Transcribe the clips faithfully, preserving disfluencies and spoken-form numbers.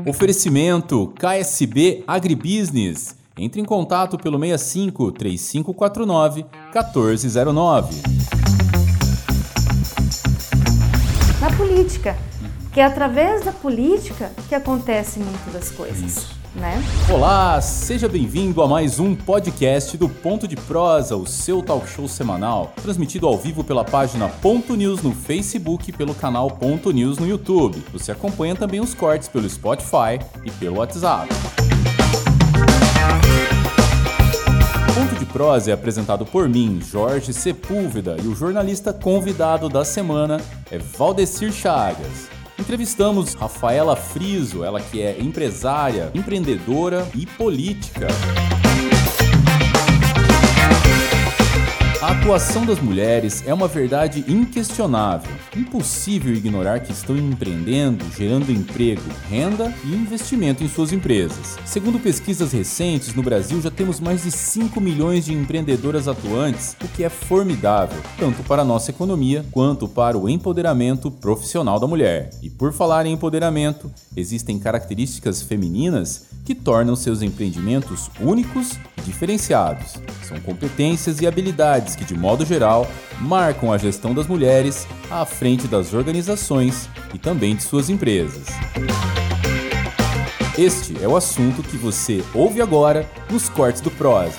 Oferecimento K S B Agribusiness. Entre em contato pelo seis cinco, três cinco quatro nove, um quatro zero nove. Na política, que é através da política que acontecem muitas das coisas. Isso. Né? Olá, seja bem-vindo a mais um podcast do Ponto de Prosa, o seu talk show semanal, transmitido ao vivo pela página Ponto News no Facebook e pelo canal Ponto News no YouTube. Você acompanha também os cortes pelo Spotify e pelo WhatsApp. Ponto de Prosa é apresentado por mim, Jorge Sepúlveda, e o jornalista convidado da semana é Valdecir Chagas. Entrevistamos Rafaela Friso, ela que é empresária, empreendedora e política. A atuação das mulheres é uma verdade inquestionável. Impossível ignorar que estão empreendendo, gerando emprego, renda e investimento em suas empresas. Segundo pesquisas recentes, no Brasil já temos mais de cinco milhões de empreendedoras atuantes, o que é formidável, tanto para a nossa economia quanto para o empoderamento profissional da mulher. E por falar em empoderamento, existem características femininas que tornam seus empreendimentos únicos e diferenciados. São competências e habilidades que, de modo geral, marcam a gestão das mulheres à frente das organizações e também de suas empresas. Este é o assunto que você ouve agora nos cortes do Prosa.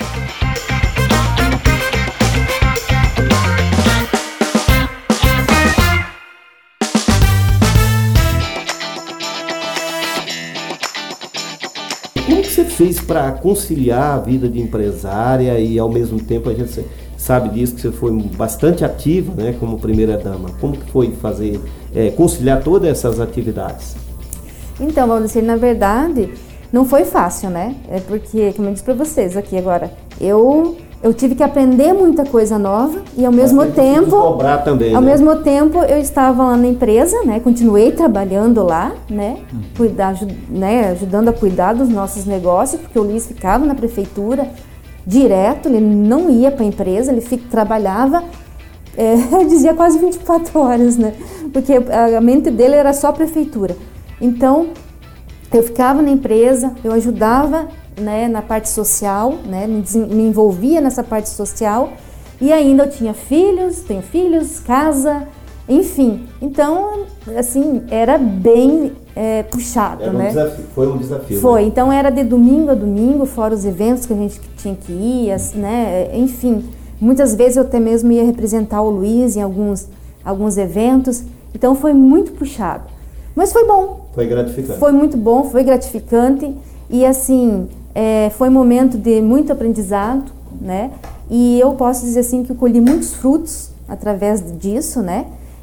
Como que você fez para conciliar a vida de empresária e, ao mesmo tempo, a gente sabe disso, que você foi bastante ativa, né, como primeira-dama. Como que foi fazer, é, conciliar todas essas atividades? Então, Valdecir, na verdade, não foi fácil, né? É porque, como eu disse para vocês aqui agora, eu, eu tive que aprender muita coisa nova e, ao mesmo Mas tempo... cobrar também, ao né? mesmo tempo, eu estava lá na empresa, né? Continuei trabalhando lá, né? Uhum. Cuidar, né? Ajudando a cuidar dos nossos negócios, porque o Luiz ficava na prefeitura direto, ele não ia para a empresa, ele fica, trabalhava, é, eu dizia quase vinte e quatro horas, né? Porque a mente dele era só a prefeitura. Então, eu ficava na empresa, eu ajudava, né, na parte social, né, me, me envolvia nessa parte social, e ainda eu tinha filhos, tenho filhos, casa, enfim. Então, assim, era bem é, puxado, era um né? Desafio, foi um desafio. Foi, né? Então era de domingo a domingo, fora os eventos que a gente tinha que ir, né? Enfim. Muitas vezes eu até mesmo ia representar o Luiz em alguns, alguns eventos, então foi muito puxado. Mas foi bom. Foi gratificante. Foi muito bom, foi gratificante e assim, é, foi um momento de muito aprendizado, né? E eu posso dizer assim que eu colhi muitos frutos através disso, né?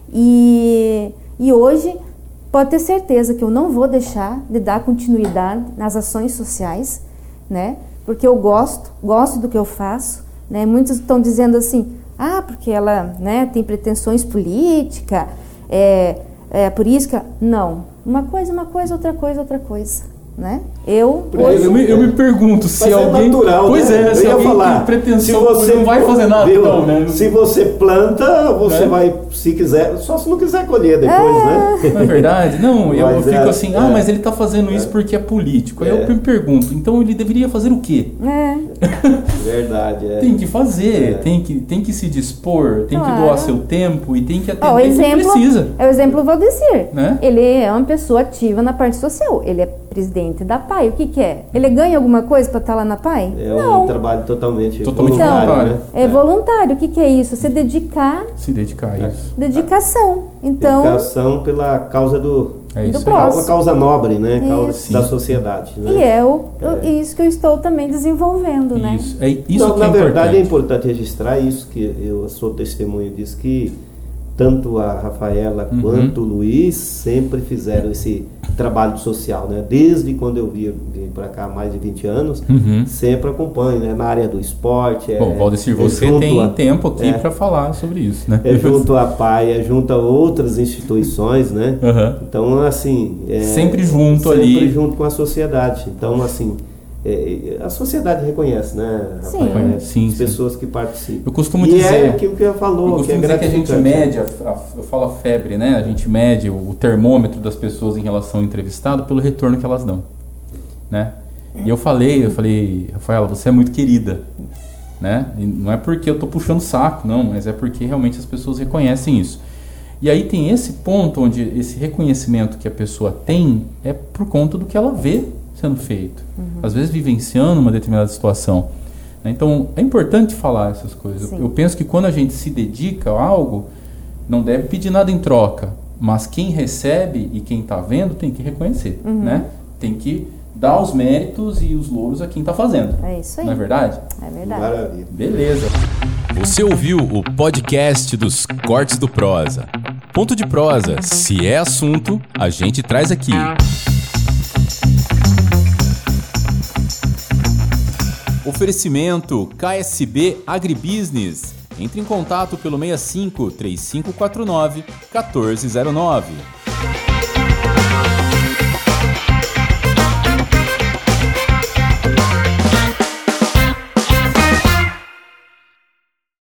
E, e hoje pode ter certeza que eu não vou deixar de dar continuidade nas ações sociais, né? Porque eu gosto, gosto do que eu faço, né? Muitos estão dizendo assim, ah, porque ela, né, tem pretensões políticas, é, é por isso que... Não, uma coisa, uma coisa, outra coisa, outra coisa. Né? Eu, hoje, eu, me, eu me pergunto se mas alguém... É natural, pois né? é, se alguém falar, tem pretensão, se você não vai fazer nada, viu, então, né? Se você planta, você é. vai, se quiser, só se não quiser colher depois, é. né? Não é verdade? Não, eu mas fico é, assim, é. ah, mas ele está fazendo isso porque é político. Aí é. eu me pergunto, então ele deveria fazer o quê? É. Verdade, é. Tem que fazer, é. tem, que, tem que se dispor, tem claro. que doar seu tempo e tem que atender oh, quem precisa. É o exemplo Valdecir. Né? Ele é uma pessoa ativa na parte social. Ele é presidente da P A I. O que que é? Ele ganha alguma coisa para estar lá na P A I? É Não. um trabalho totalmente, totalmente voluntário, voluntário. Né? É, é voluntário. O que que é isso? Se dedicar. Se dedicar a isso. Dedicação. Então, dedicação pela causa do, é isso do próximo. Uma causa nobre, né? Causa Isso. da sociedade. Né? E é o, é isso que eu estou também desenvolvendo, né? Isso, é isso Não, que na é verdade importante. é importante registrar isso, que eu sou testemunho disso, que tanto a Rafaela uhum. quanto o Luiz sempre fizeram esse trabalho social, né? Desde quando eu vim, vim para cá há mais de vinte anos, uhum. sempre acompanho, né? Na área do esporte. Bom, é, Valdecir, você é tem a, tempo aqui é, para falar sobre isso, né? É junto à P A I, é junto a outras instituições, né? Uhum. Então, assim... É, sempre junto sempre ali. Sempre junto com a sociedade. Então, assim... é, a sociedade reconhece, né, Rafael? Sim. Sim, As sim. pessoas que participam. Eu costumo e dizer... é aquilo que eu falou, Eu costumo que é dizer que a gente gratificante. mede, a, a, eu falo a febre, né? A gente mede o termômetro das pessoas em relação ao entrevistado pelo retorno que elas dão, né? E eu falei, eu falei, Rafaela, você é muito querida, né? E não é porque eu tô puxando saco, não, mas é porque realmente as pessoas reconhecem isso. E aí tem esse ponto onde esse reconhecimento que a pessoa tem é por conta do que ela vê sendo feito. Uhum. Às vezes vivenciando uma determinada situação. Então é importante falar essas coisas. Eu, eu penso que quando a gente se dedica a algo, não deve pedir nada em troca. Mas quem recebe e quem está vendo tem que reconhecer, uhum. né? Tem que dar os méritos e os louros a quem está fazendo. É isso aí. Não é verdade? É verdade. Maravilha. Beleza. Você ouviu o podcast dos Cortes do Prosa. Ponto de prosa, se é assunto, a gente traz aqui. Oferecimento K S B Agribusiness. Entre em contato pelo seis cinco, três cinco quatro nove, um quatro zero nove.